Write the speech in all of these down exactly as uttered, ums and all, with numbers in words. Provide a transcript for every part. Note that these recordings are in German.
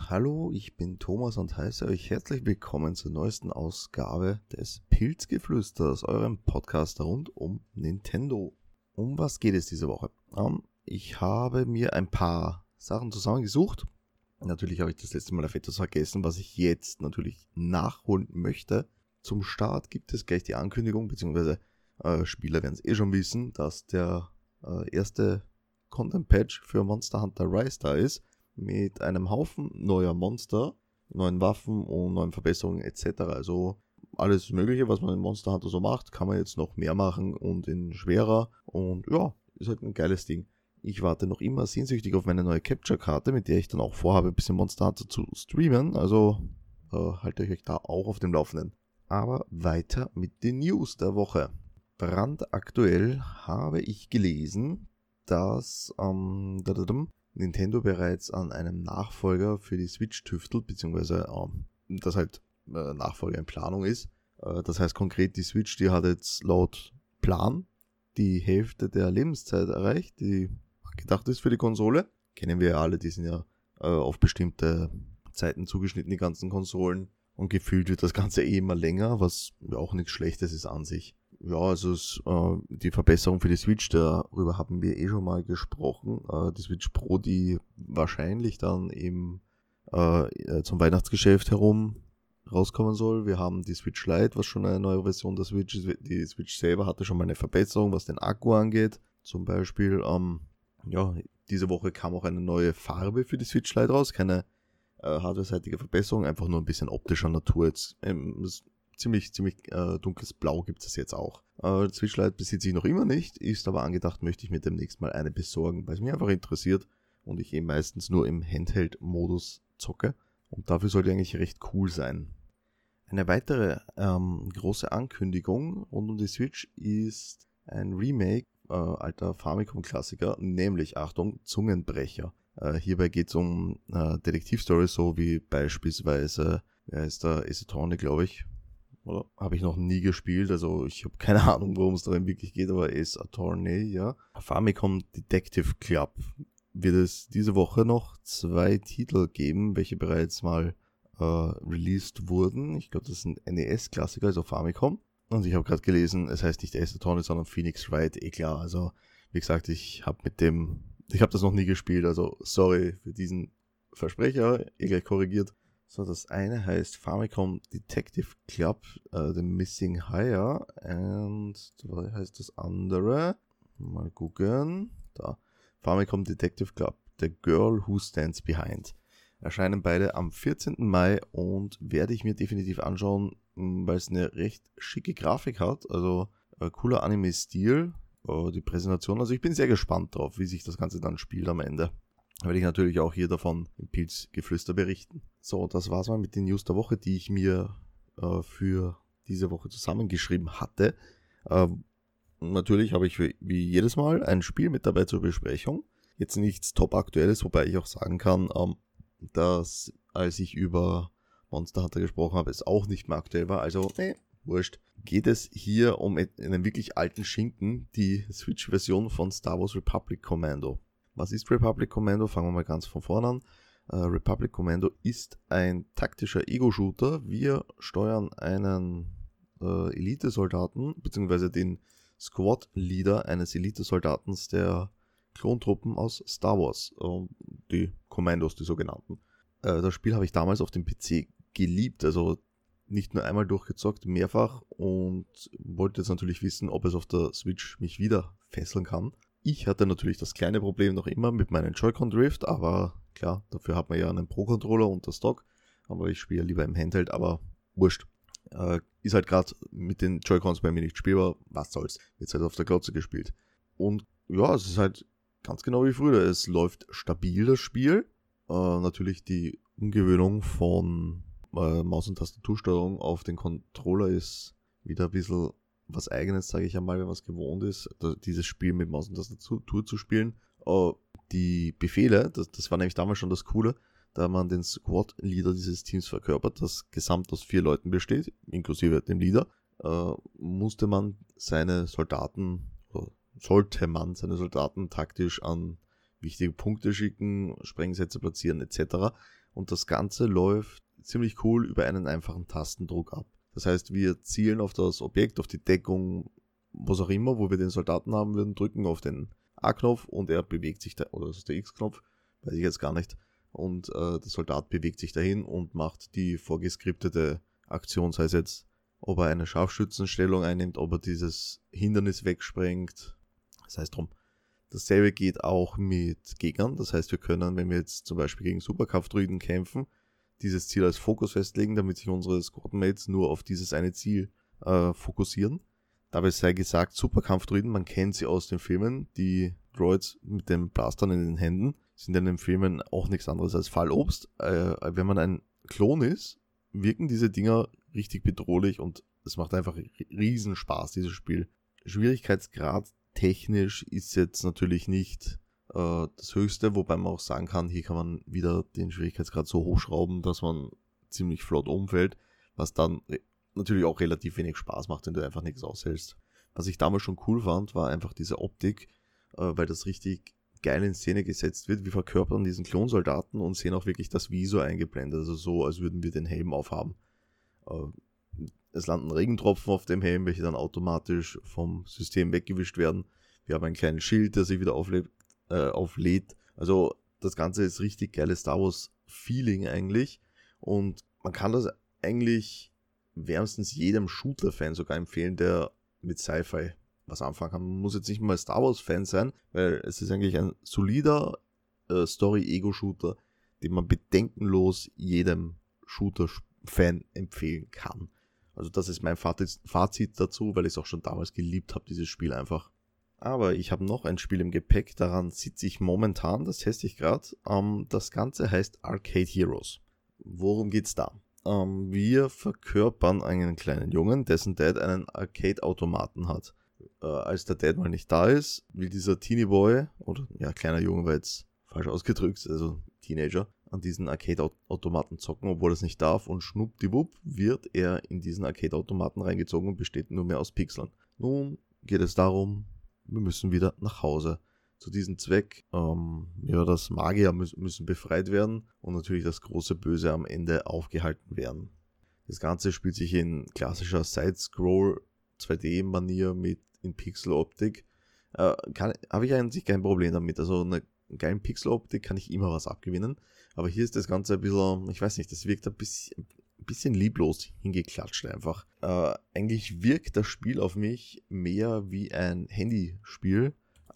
Hallo, ich bin Thomas und heiße euch herzlich willkommen zur neuesten Ausgabe des Pilzgeflüsters, eurem Podcast rund um Nintendo. Um was geht es diese Woche? Um, ich habe mir ein paar Sachen zusammengesucht. Natürlich habe ich das letzte Mal auf etwas vergessen, was ich jetzt natürlich nachholen möchte. Zum Start gibt es gleich die Ankündigung, beziehungsweise äh, Spieler werden es eh schon wissen, dass der äh, erste Content-Patch für Monster Hunter Rise da ist. Mit einem Haufen neuer Monster, neuen Waffen und neuen Verbesserungen et cetera. Also alles Mögliche, was man in Monster Hunter so macht, kann man jetzt noch mehr machen und in schwerer. Und ja, ist halt ein geiles Ding. Ich warte noch immer sehnsüchtig auf meine neue Capture-Karte, mit der ich dann auch vorhabe, ein bisschen Monster Hunter zu streamen. Also äh, haltet euch da auch auf dem Laufenden. Aber weiter mit den News der Woche. Brandaktuell habe ich gelesen, dass ähm, Nintendo bereits an einem Nachfolger für die Switch tüftelt, beziehungsweise ähm, dass halt äh, Nachfolger in Planung ist. Äh, das heißt konkret, die Switch, die hat jetzt laut Plan die Hälfte der Lebenszeit erreicht, die gedacht ist für die Konsole. Kennen wir ja alle, die sind ja äh, auf bestimmte Zeiten zugeschnitten, die ganzen Konsolen. Und gefühlt wird das Ganze eh immer länger, was ja auch nichts Schlechtes ist an sich. Ja, also es, äh, die Verbesserung für die Switch, darüber haben wir eh schon mal gesprochen. Äh, die Switch Pro, die wahrscheinlich dann im, äh, zum Weihnachtsgeschäft herum rauskommen soll. Wir haben die Switch Lite, was schon eine neue Version der Switch ist. Die Switch selber hatte schon mal eine Verbesserung, was den Akku angeht. Zum Beispiel, ähm, ja, diese Woche kam auch eine neue Farbe für die Switch Lite raus. Keine äh, hardware-seitige Verbesserung, einfach nur ein bisschen optischer Natur. Jetzt ähm, ziemlich, ziemlich äh, dunkles Blau gibt es jetzt auch. Äh, Switch Lite besitze ich noch immer nicht, ist aber angedacht, möchte ich mir demnächst mal eine besorgen, weil es mich einfach interessiert und ich eben meistens nur im Handheld-Modus zocke. Und dafür sollte eigentlich recht cool sein. Eine weitere ähm, große Ankündigung rund um die Switch ist ein Remake äh, alter Famicom-Klassiker, nämlich, Achtung, Zungenbrecher. Äh, hierbei geht es um äh, Detektivstories, so wie beispielsweise, wer ist da, Ace Attorney, glaube ich. Oder? Habe ich noch nie gespielt, also ich habe keine Ahnung, worum es darin wirklich geht, aber Ace Attorney, ja. Famicom Detective Club wird es diese Woche noch zwei Titel geben, welche bereits mal äh, released wurden. Ich glaube, das sind N E S-Klassiker, also Famicom. Und ich habe gerade gelesen, es heißt nicht Ace Attorney, sondern Phoenix Wright, eh klar. Also, wie gesagt, ich habe mit dem, ich habe das noch nie gespielt, also sorry für diesen Versprecher, eh gleich korrigiert. So, das eine heißt Famicom Detective Club, uh, The Missing Hire, und was heißt das andere? Mal gucken. Da. Famicom Detective Club, The Girl Who Stands Behind. Erscheinen beide am vierzehnten Mai und werde ich mir definitiv anschauen, weil es eine recht schicke Grafik hat, also äh, cooler Anime-Stil, äh, die Präsentation, also ich bin sehr gespannt drauf, wie sich das Ganze dann spielt am Ende. Werde ich natürlich auch hier davon im Pilzgeflüster berichten. So, das war's mal mit den News der Woche, die ich mir äh, für diese Woche zusammengeschrieben hatte. Äh, natürlich habe ich wie, wie jedes Mal ein Spiel mit dabei zur Besprechung. Jetzt nichts top aktuelles, wobei ich auch sagen kann, ähm, dass als ich über Monster Hunter gesprochen habe, es auch nicht mehr aktuell war. Also, nee, wurscht. Geht es hier um einen wirklich alten Schinken, die Switch-Version von Star Wars Republic Commando. Was ist Republic Commando? Fangen wir mal ganz von vorne an. Uh, Republic Commando ist ein taktischer Ego-Shooter. Wir steuern einen uh, Elite-Soldaten, beziehungsweise den Squad-Leader eines Elite-Soldatens der Klontruppen aus Star Wars. Uh, die Commandos, die sogenannten. Uh, das Spiel habe ich damals auf dem P C geliebt, also nicht nur einmal durchgezockt, mehrfach, und wollte jetzt natürlich wissen, ob es auf der Switch mich wieder fesseln kann. Ich hatte natürlich das kleine Problem noch immer mit meinem Joy-Con Drift, aber klar, dafür hat man ja einen Pro-Controller und das Dock, aber ich spiele lieber im Handheld, aber wurscht. Äh, ist halt gerade mit den Joy-Cons bei mir nicht spielbar, was soll's, jetzt halt auf der Glotze gespielt. Und ja, es ist halt ganz genau wie früher, es läuft stabil, das Spiel. Äh, natürlich die Umgewöhnung von äh, Maus- und Tastatursteuerung auf den Controller ist wieder ein bisschen was Eigenes, sage ich einmal, wenn man es gewohnt ist, dieses Spiel mit Maus und Tastatur zu spielen. Uh, die Befehle, das, das war nämlich damals schon das Coole, da man den Squad-Leader dieses Teams verkörpert, das gesamt aus vier Leuten besteht, inklusive dem Leader, uh, musste man seine Soldaten, sollte man seine Soldaten taktisch an wichtige Punkte schicken, Sprengsätze platzieren et cetera. und das Ganze läuft ziemlich cool über einen einfachen Tastendruck ab. Das heißt, wir zielen auf das Objekt, auf die Deckung, was auch immer, wo wir den Soldaten haben würden, drücken auf den A-Knopf und er bewegt sich da, oder das ist der X-Knopf, weiß ich jetzt gar nicht. Und äh, der Soldat bewegt sich dahin und macht die vorgeskriptete Aktion, sei es jetzt, ob er eine Scharfschützenstellung einnimmt, ob er dieses Hindernis wegsprengt. Das heißt drum, dasselbe geht auch mit Gegnern. Das heißt, wir können, wenn wir jetzt zum Beispiel gegen Superkampfdruiden kämpfen, dieses Ziel als Fokus festlegen, damit sich unsere Squadmates nur auf dieses eine Ziel äh, fokussieren. Dabei sei gesagt, Superkampfdruiden, man kennt sie aus den Filmen, die Droids mit den Blastern in den Händen, sind in den Filmen auch nichts anderes als Fallobst. Äh, wenn man ein Klon ist, wirken diese Dinger richtig bedrohlich und es macht einfach riesen Spaß, dieses Spiel. Schwierigkeitsgrad technisch ist jetzt natürlich nicht äh, das höchste, wobei man auch sagen kann, hier kann man wieder den Schwierigkeitsgrad so hochschrauben, dass man ziemlich flott umfällt, was dann natürlich auch relativ wenig Spaß macht, wenn du einfach nichts aushältst. Was ich damals schon cool fand, war einfach diese Optik, äh, weil das richtig geil in Szene gesetzt wird. Wir verkörpern diesen Klonsoldaten und sehen auch wirklich das Visor eingeblendet, also so, als würden wir den Helm aufhaben. Äh, es landen Regentropfen auf dem Helm, welche dann automatisch vom System weggewischt werden. Wir haben einen kleinen Schild, der sich wieder auflädt. Äh, auflädt. Also das Ganze ist richtig geiles Star Wars Feeling eigentlich und man kann das eigentlich wärmstens jedem Shooter-Fan sogar empfehlen, der mit Sci-Fi was anfangen kann. Man muss jetzt nicht mal Star Wars-Fan sein, weil es ist eigentlich ein solider äh, Story-Ego-Shooter, den man bedenkenlos jedem Shooter-Fan empfehlen kann. Also das ist mein Fazit, Fazit dazu, weil ich es auch schon damals geliebt habe, dieses Spiel einfach. Aber ich habe noch ein Spiel im Gepäck, daran sitze ich momentan, das teste ich gerade. Ähm, das Ganze heißt Arcade Heroes. Worum geht's da? Ähm, wir verkörpern einen kleinen Jungen, dessen Dad einen Arcade-Automaten hat. Äh, als der Dad mal nicht da ist, will dieser Teenie Boy, oder ja, kleiner Junge war jetzt falsch ausgedrückt, also Teenager, an diesen Arcade-Automaten zocken, obwohl er es nicht darf, und schnuppdiwupp wird er in diesen Arcade-Automaten reingezogen und besteht nur mehr aus Pixeln. Nun geht es darum, wir müssen wieder nach Hause. Zu diesem Zweck, ähm, ja, das Magier mü- müssen befreit werden und natürlich das große Böse am Ende aufgehalten werden. Das Ganze spielt sich in klassischer Side-Scroll zwei D-Manier mit in Pixel-Optik. Äh, habe ich eigentlich kein Problem damit. Also eine geile Pixel-Optik kann ich immer was abgewinnen. Aber hier ist das Ganze ein bisschen, ich weiß nicht, das wirkt ein bisschen, ein bisschen lieblos hingeklatscht einfach. Äh, eigentlich wirkt das Spiel auf mich mehr wie ein Handyspiel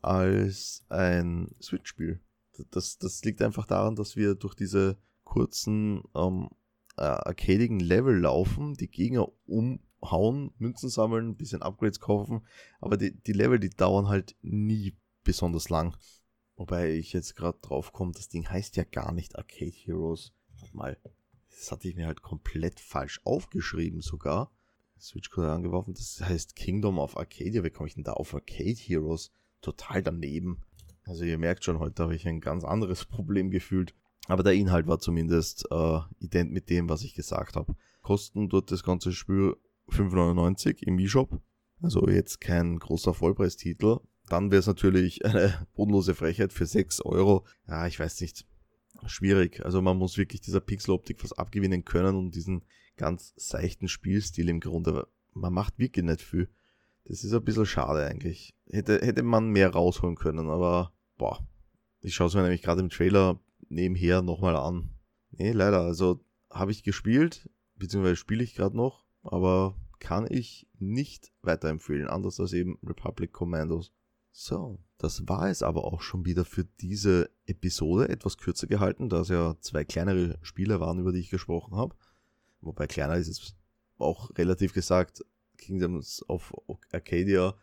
als ein Switch-Spiel. Das, das liegt einfach daran, dass wir durch diese kurzen ähm, äh, arcadigen Level laufen, die Gegner umhauen, Münzen sammeln, ein bisschen Upgrades kaufen, aber die, die Level, die dauern halt nie besonders lang. Wobei ich jetzt gerade drauf komme, das Ding heißt ja gar nicht Arcade Heroes. Warte mal, das hatte ich mir halt komplett falsch aufgeschrieben sogar. Switch-Code angeworfen, das heißt Kingdom of Arcadia. Wie komme ich denn da auf Arcade Heroes? Total daneben. Also ihr merkt schon, heute habe ich ein ganz anderes Problem gefühlt. Aber der Inhalt war zumindest äh, ident mit dem, was ich gesagt habe. Kosten dort das ganze Spiel fünf neunundneunzig im eShop. Also jetzt kein großer Vollpreistitel. Dann wäre es natürlich eine bodenlose Frechheit für sechs Euro. Ja, ich weiß nicht. Schwierig. Also man muss wirklich dieser Pixeloptik was abgewinnen können und diesen ganz seichten Spielstil im Grunde. Man macht wirklich nicht viel. Das ist ein bisschen schade eigentlich. Hätte, hätte man mehr rausholen können, aber boah. Ich schaue es mir nämlich gerade im Trailer nebenher nochmal an. Nee, leider. Also habe ich gespielt, beziehungsweise spiele ich gerade noch, aber kann ich nicht weiterempfehlen, anders als eben Republic Commandos. So, das war es aber auch schon wieder für diese Episode. Etwas kürzer gehalten, da es ja zwei kleinere Spiele waren, über die ich gesprochen habe. Wobei kleiner ist es auch relativ gesagt. Kingdoms of Arcadia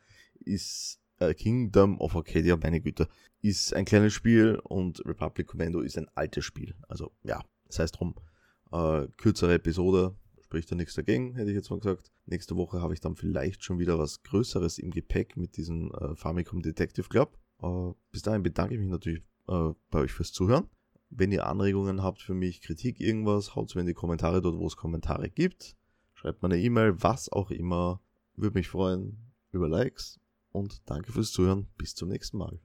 ist äh, Kingdom of Arcadia, meine Güte, ist ein kleines Spiel und Republic Commando ist ein altes Spiel. Also ja, das heißt drum, äh, kürzere Episode, spricht da nichts dagegen, hätte ich jetzt mal gesagt. Nächste Woche habe ich dann vielleicht schon wieder was Größeres im Gepäck mit diesem äh, Famicom Detective Club. Äh, bis dahin bedanke ich mich natürlich äh, bei euch fürs Zuhören. Wenn ihr Anregungen habt für mich, Kritik, irgendwas, haut es mir in die Kommentare dort, wo es Kommentare gibt. Schreibt mir eine E-Mail, was auch immer. Würde mich freuen über Likes und danke fürs Zuhören. Bis zum nächsten Mal.